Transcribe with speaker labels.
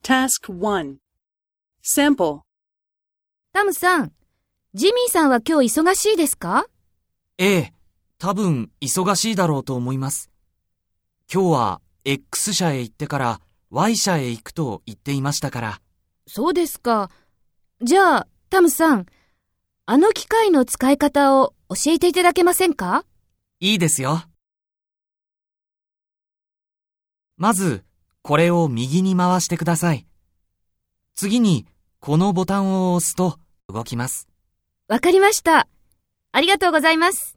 Speaker 1: Task 1 Sample
Speaker 2: タムさん、ジミーさんは今日忙しいですか？
Speaker 3: ええ、多分忙しいだろうと思います。今日は X 社へ行ってから Y 社へ行くと言っていましたから。
Speaker 2: そうですか。じゃあ、タムさん、あの機械の使い方を教えていただけませんか？
Speaker 3: いいですよ。まず、これを右に回してください。次に、このボタンを押すと動きます。
Speaker 2: わかりました。ありがとうございます。